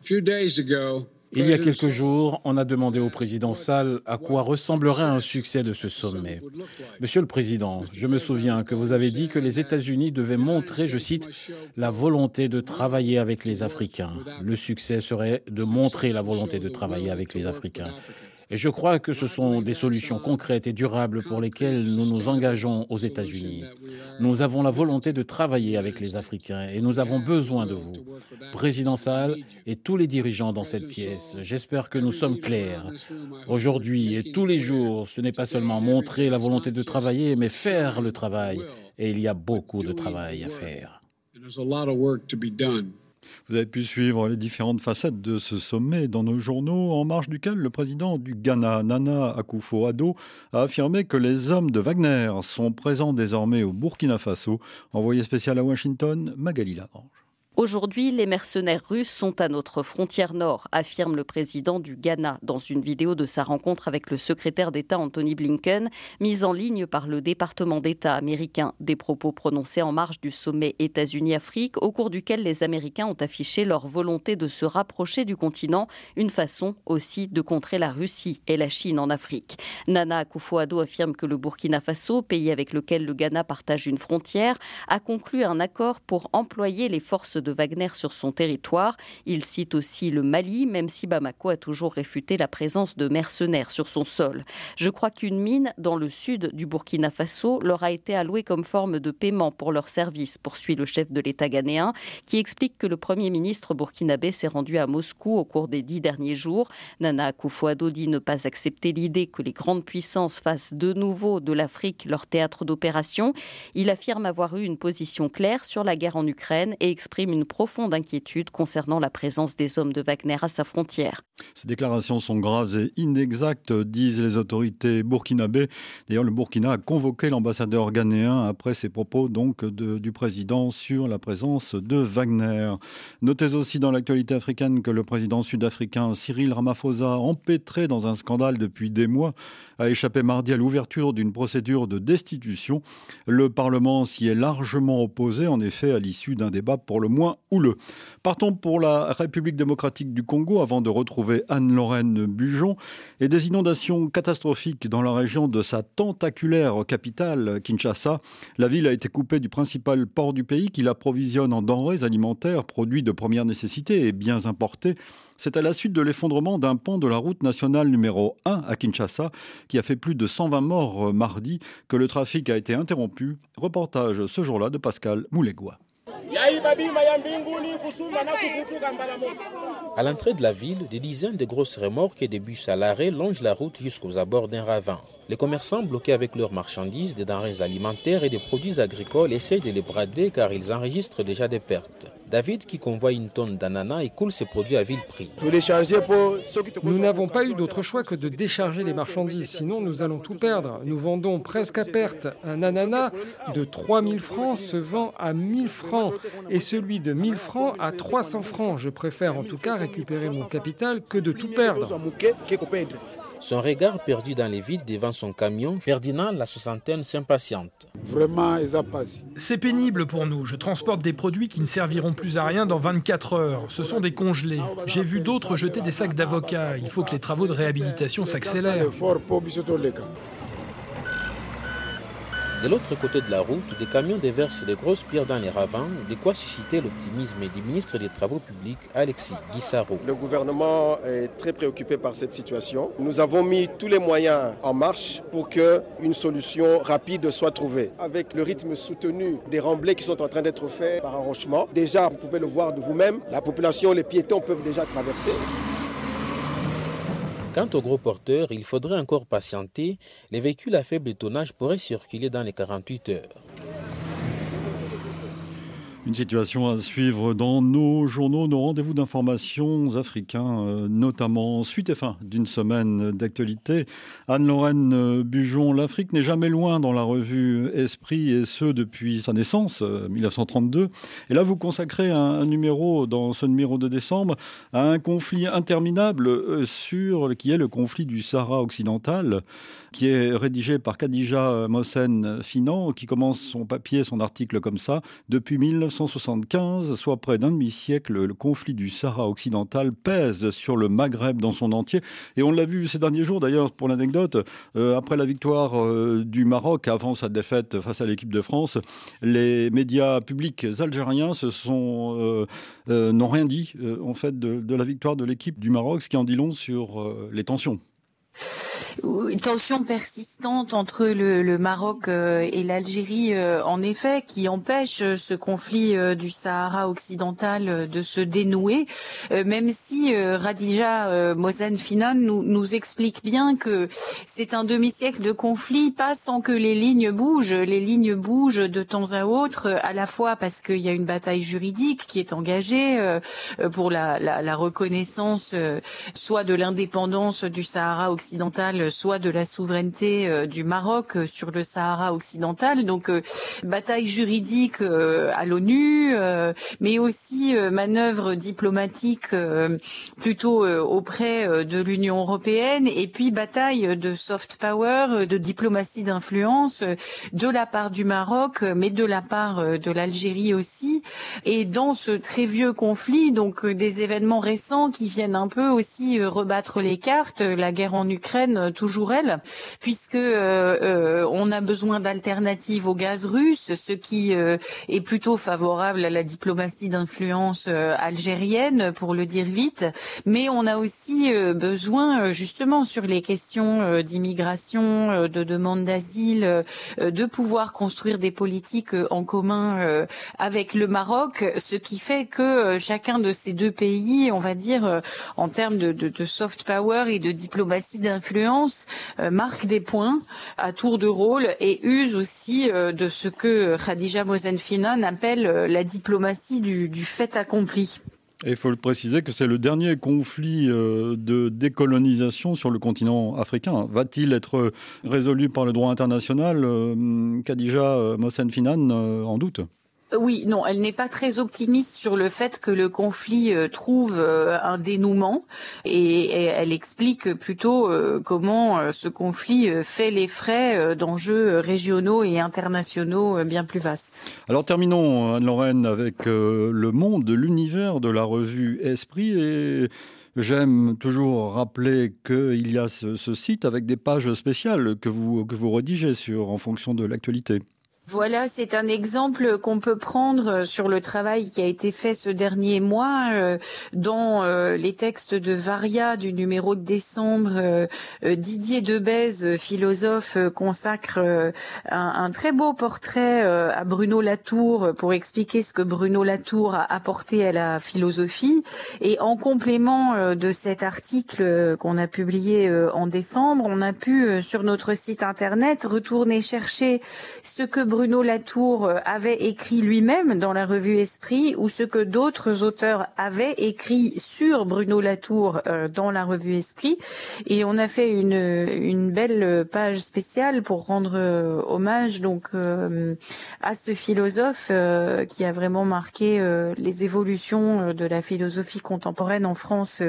Il y a quelques jours, on a demandé au président Sall à quoi ressemblerait un succès de ce sommet. Monsieur le Président, je me souviens que vous avez dit que les États-Unis devaient montrer, je cite, la volonté de travailler avec les Africains. Le succès serait de montrer la volonté de travailler avec les Africains. Et je crois que ce sont des solutions concrètes et durables pour lesquelles nous nous engageons aux États-Unis. Nous avons la volonté de travailler avec les Africains et nous avons besoin de vous. Président Sall et tous les dirigeants dans cette pièce, j'espère que nous sommes clairs. Aujourd'hui et tous les jours, ce n'est pas seulement montrer la volonté de travailler, mais faire le travail. Et il y a beaucoup de travail à faire. Vous avez pu suivre les différentes facettes de ce sommet dans nos journaux, en marge duquel le président du Ghana, Nana Akufo-Addo, a affirmé que les hommes de Wagner sont présents désormais au Burkina Faso. Envoyé spécial à Washington, Magali Lagrange. Aujourd'hui, les mercenaires russes sont à notre frontière nord, affirme le président du Ghana dans une vidéo de sa rencontre avec le secrétaire d'État Anthony Blinken, mise en ligne par le département d'État américain. Des propos prononcés en marge du sommet États-Unis-Afrique, au cours duquel les Américains ont affiché leur volonté de se rapprocher du continent, une façon aussi de contrer la Russie et la Chine en Afrique. Nana Akufo-Addo affirme que le Burkina Faso, pays avec lequel le Ghana partage une frontière, a conclu un accord pour employer les forces de de Wagner sur son territoire. Il cite aussi le Mali, même si Bamako a toujours réfuté la présence de mercenaires sur son sol. Je crois qu'une mine dans le sud du Burkina Faso leur a été allouée comme forme de paiement pour leur service, poursuit le chef de l'État ghanéen, qui explique que le Premier ministre burkinabé s'est rendu à Moscou au cours des 10 derniers jours. Nana Akufo-Addo dit ne pas accepter l'idée que les grandes puissances fassent de nouveau de l'Afrique leur théâtre d'opération. Il affirme avoir eu une position claire sur la guerre en Ukraine et exprime une profonde inquiétude concernant la présence des hommes de Wagner à sa frontière. Ces déclarations sont graves et inexactes, disent les autorités burkinabées. D'ailleurs, le Burkina a convoqué l'ambassadeur ghanéen après ses propos donc du président sur la présence de Wagner. Notez aussi dans l'actualité africaine que le président sud-africain Cyril Ramaphosa, empêtré dans un scandale depuis des mois, a échappé mardi à l'ouverture d'une procédure de destitution. Le Parlement s'y est largement opposé, en effet, à l'issue d'un débat pour le moins houleux. Partons pour la République démocratique du Congo avant de retrouver Anne-Lorraine Bujon et des inondations catastrophiques dans la région de sa tentaculaire capitale, Kinshasa. La ville a été coupée du principal port du pays qui l'approvisionne en denrées alimentaires, produits de première nécessité et biens importés. C'est à la suite de l'effondrement d'un pont de la route nationale numéro 1 à Kinshasa, qui a fait plus de 120 morts mardi, que le trafic a été interrompu. Reportage ce jour-là de Pascal Moulegua. À l'entrée de la ville, des dizaines de grosses remorques et des bus à l'arrêt longent la route jusqu'aux abords d'un ravin. Les commerçants, bloqués avec leurs marchandises, des denrées alimentaires et des produits agricoles, essayent de les brader car ils enregistrent déjà des pertes. David, qui convoie une tonne d'ananas, écoule ses produits à vil prix. Nous n'avons pas eu d'autre choix que de décharger les marchandises, sinon nous allons tout perdre. Nous vendons presque à perte. Un ananas de 3 000 francs se vend à 1 000 francs et celui de 1 000 francs à 300 francs. Je préfère en tout cas récupérer mon capital que de tout perdre. Son regard perdu dans les vides devant son camion, Ferdinand, la soixantaine, s'impatiente. C'est pénible pour nous. Je transporte des produits qui ne serviront plus à rien dans 24 heures. Ce sont des congelés. J'ai vu d'autres jeter des sacs d'avocats. Il faut que les travaux de réhabilitation s'accélèrent. De l'autre côté de la route, des camions déversent de grosses pierres dans les ravins, de quoi susciter l'optimisme du ministre des Travaux publics, Alexis Guissaro. Le gouvernement est très préoccupé par cette situation. Nous avons mis tous les moyens en marche pour qu'une solution rapide soit trouvée. Avec le rythme soutenu des remblais qui sont en train d'être faits par enrochement, déjà, vous pouvez le voir de vous-même, la population, les piétons peuvent déjà traverser. Quant aux gros porteurs, il faudrait encore patienter. Les véhicules à faible tonnage pourraient circuler dans les 48 heures. Une situation à suivre dans nos journaux, nos rendez-vous d'informations africains, notamment suite et fin d'une semaine d'actualité. Anne-Lorraine Bujon, l'Afrique n'est jamais loin dans la revue Esprit, et ce depuis sa naissance, 1932. Et là, vous consacrez un numéro, dans ce numéro de décembre, à un conflit interminable qui est le conflit du Sahara occidental, qui est rédigé par Khadija Mohsen Finan, qui commence son article comme ça, depuis 1975, soit près d'un demi-siècle, le conflit du Sahara occidental pèse sur le Maghreb dans son entier. Et on l'a vu ces derniers jours, d'ailleurs, pour l'anecdote, après la victoire du Maroc, avant sa défaite face à l'équipe de France, les médias publics algériens n'ont rien dit, en fait, de la victoire de l'équipe du Maroc, ce qui en dit long sur les tensions. Une tension persistante entre le Maroc et l'Algérie, en effet, qui empêche ce conflit du Sahara occidental de se dénouer, même si Khadija Mohsen Finan nous explique bien que c'est un demi-siècle de conflit, pas sans que les lignes bougent. Les lignes bougent de temps à autre, à la fois parce qu'il y a une bataille juridique qui est engagée pour la reconnaissance soit de l'indépendance du Sahara occidental, soit de la souveraineté du Maroc sur le Sahara occidental. Donc bataille juridique à l'ONU, mais aussi manœuvre diplomatique plutôt auprès de l'Union européenne, et puis bataille de soft power, de diplomatie d'influence de la part du Maroc, mais de la part de l'Algérie aussi. Et dans ce très vieux conflit, donc des événements récents qui viennent un peu aussi rebattre les cartes, la guerre en Ukraine toujours elle, puisque on a besoin d'alternatives au gaz russe, ce qui est plutôt favorable à la diplomatie d'influence algérienne, pour le dire vite, mais on a aussi besoin, justement, sur les questions d'immigration, de demande d'asile, de pouvoir construire des politiques en commun avec le Maroc, ce qui fait que chacun de ces deux pays, on va dire, en termes de soft power et de diplomatie d'influence, marque des points à tour de rôle et use aussi de ce que Khadija Mosenfinan appelle la diplomatie du fait accompli. Et il faut le préciser que c'est le dernier conflit de décolonisation sur le continent africain. Va-t-il être résolu par le droit international ? Khadija Mosenfinan en doute. Oui, non, elle n'est pas très optimiste sur le fait que le conflit trouve un dénouement et elle explique plutôt comment ce conflit fait les frais d'enjeux régionaux et internationaux bien plus vastes. Alors terminons, Anne-Lorraine, avec le monde de l'univers de la revue Esprit et... J'aime toujours rappeler qu'il y a ce site avec des pages spéciales que vous rédigez en fonction de l'actualité. Voilà, c'est un exemple qu'on peut prendre sur le travail qui a été fait ce dernier mois dans les textes de Varia du numéro de décembre. Didier Debèze, philosophe, consacre un très beau portrait à Bruno Latour pour expliquer ce que Bruno Latour a apporté à la philosophie. Et en complément de cet article qu'on a publié en décembre, on a pu sur notre site internet retourner chercher ce que Bruno Latour avait écrit lui-même dans la revue Esprit ou ce que d'autres auteurs avaient écrit sur Bruno Latour dans la revue Esprit. Et on a fait une belle page spéciale pour rendre hommage donc à ce philosophe qui a vraiment marqué les évolutions de la philosophie contemporaine en France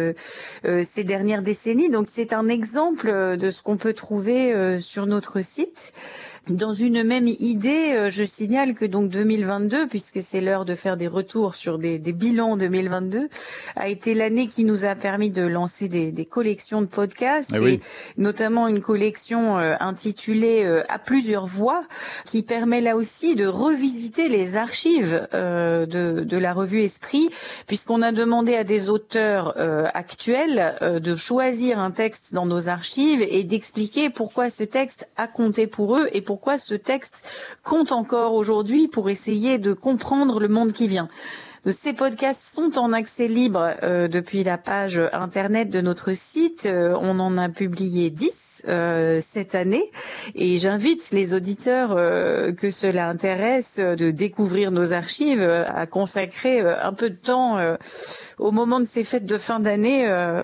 ces dernières décennies. Donc c'est un exemple de ce qu'on peut trouver sur notre site. Dans une même idée, je signale que donc 2022, puisque c'est l'heure de faire des retours sur des bilans 2022, a été l'année qui nous a permis de lancer des collections de podcasts, et notamment une collection intitulée À plusieurs voix, qui permet là aussi de revisiter les archives de la revue Esprit, puisqu'on a demandé à des auteurs actuels de choisir un texte dans nos archives et d'expliquer pourquoi ce texte a compté pour eux et pourquoi ce texte compte encore aujourd'hui pour essayer de comprendre le monde qui vient. Ces podcasts sont en accès libre depuis la page internet de notre site. On en a publié 10 cette année et j'invite les auditeurs que cela intéresse de découvrir nos archives, à consacrer un peu de temps au moment de ces fêtes de fin d'année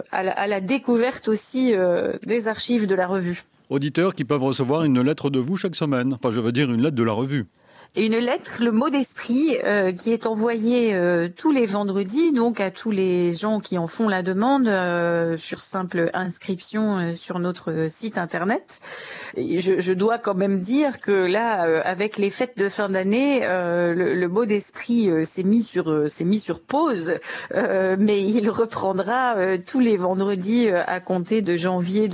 à la découverte aussi des archives de la revue. Auditeurs qui peuvent recevoir une lettre de vous chaque semaine. Enfin, je veux dire une lettre de la revue. Une lettre, le mot d'esprit, qui est envoyée tous les vendredis, donc à tous les gens qui en font la demande sur simple inscription sur notre site internet. Et je dois quand même dire que là, avec les fêtes de fin d'année, le mot d'esprit s'est mis sur pause, mais il reprendra tous les vendredis à compter de janvier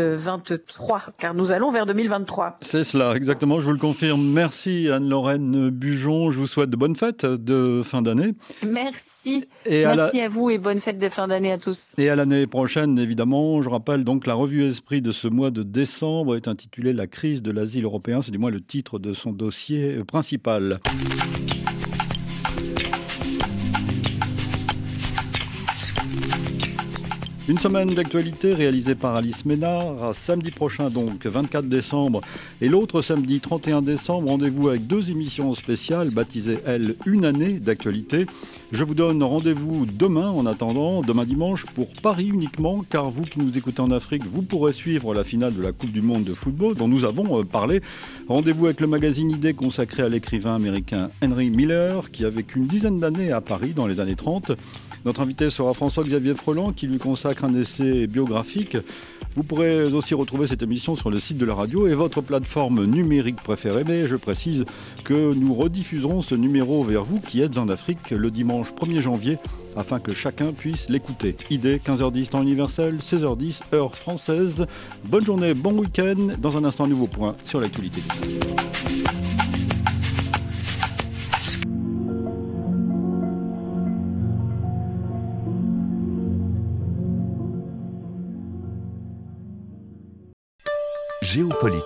2023, car nous allons vers 2023. C'est cela, exactement, je vous le confirme. Merci Anne-Lorraine Bujon, je vous souhaite de bonnes fêtes de fin d'année. Merci. Merci à vous et bonne fête de fin d'année à tous. Et à l'année prochaine, évidemment. Je rappelle donc la revue Esprit de ce mois de décembre est intitulée La crise de l'asile européen. C'est du moins le titre de son dossier principal. Une semaine d'actualité réalisée par Alice Ménard. Samedi prochain, donc 24 décembre, et l'autre samedi 31 décembre, rendez-vous avec 2 émissions spéciales baptisées, elles, Une année d'actualité. Je vous donne rendez-vous demain, en attendant, demain dimanche, pour Paris uniquement, car vous qui nous écoutez en Afrique, vous pourrez suivre la finale de la Coupe du Monde de football dont nous avons parlé. Rendez-vous avec le magazine Idée consacré à l'écrivain américain Henry Miller, qui a vécu une dizaine d'années à Paris dans les années 30. Notre invité sera François-Xavier Freland, qui lui consacre consacre un essai biographique. Vous pourrez aussi retrouver cette émission sur le site de la radio et votre plateforme numérique préférée. Mais je précise que nous rediffuserons ce numéro vers vous qui êtes en Afrique le dimanche 1er janvier afin que chacun puisse l'écouter. Idée, 15h10 temps universel, 16h10 heure française. Bonne journée, bon week-end. Dans un instant, nouveau point sur l'actualité du jour. Géopolitique.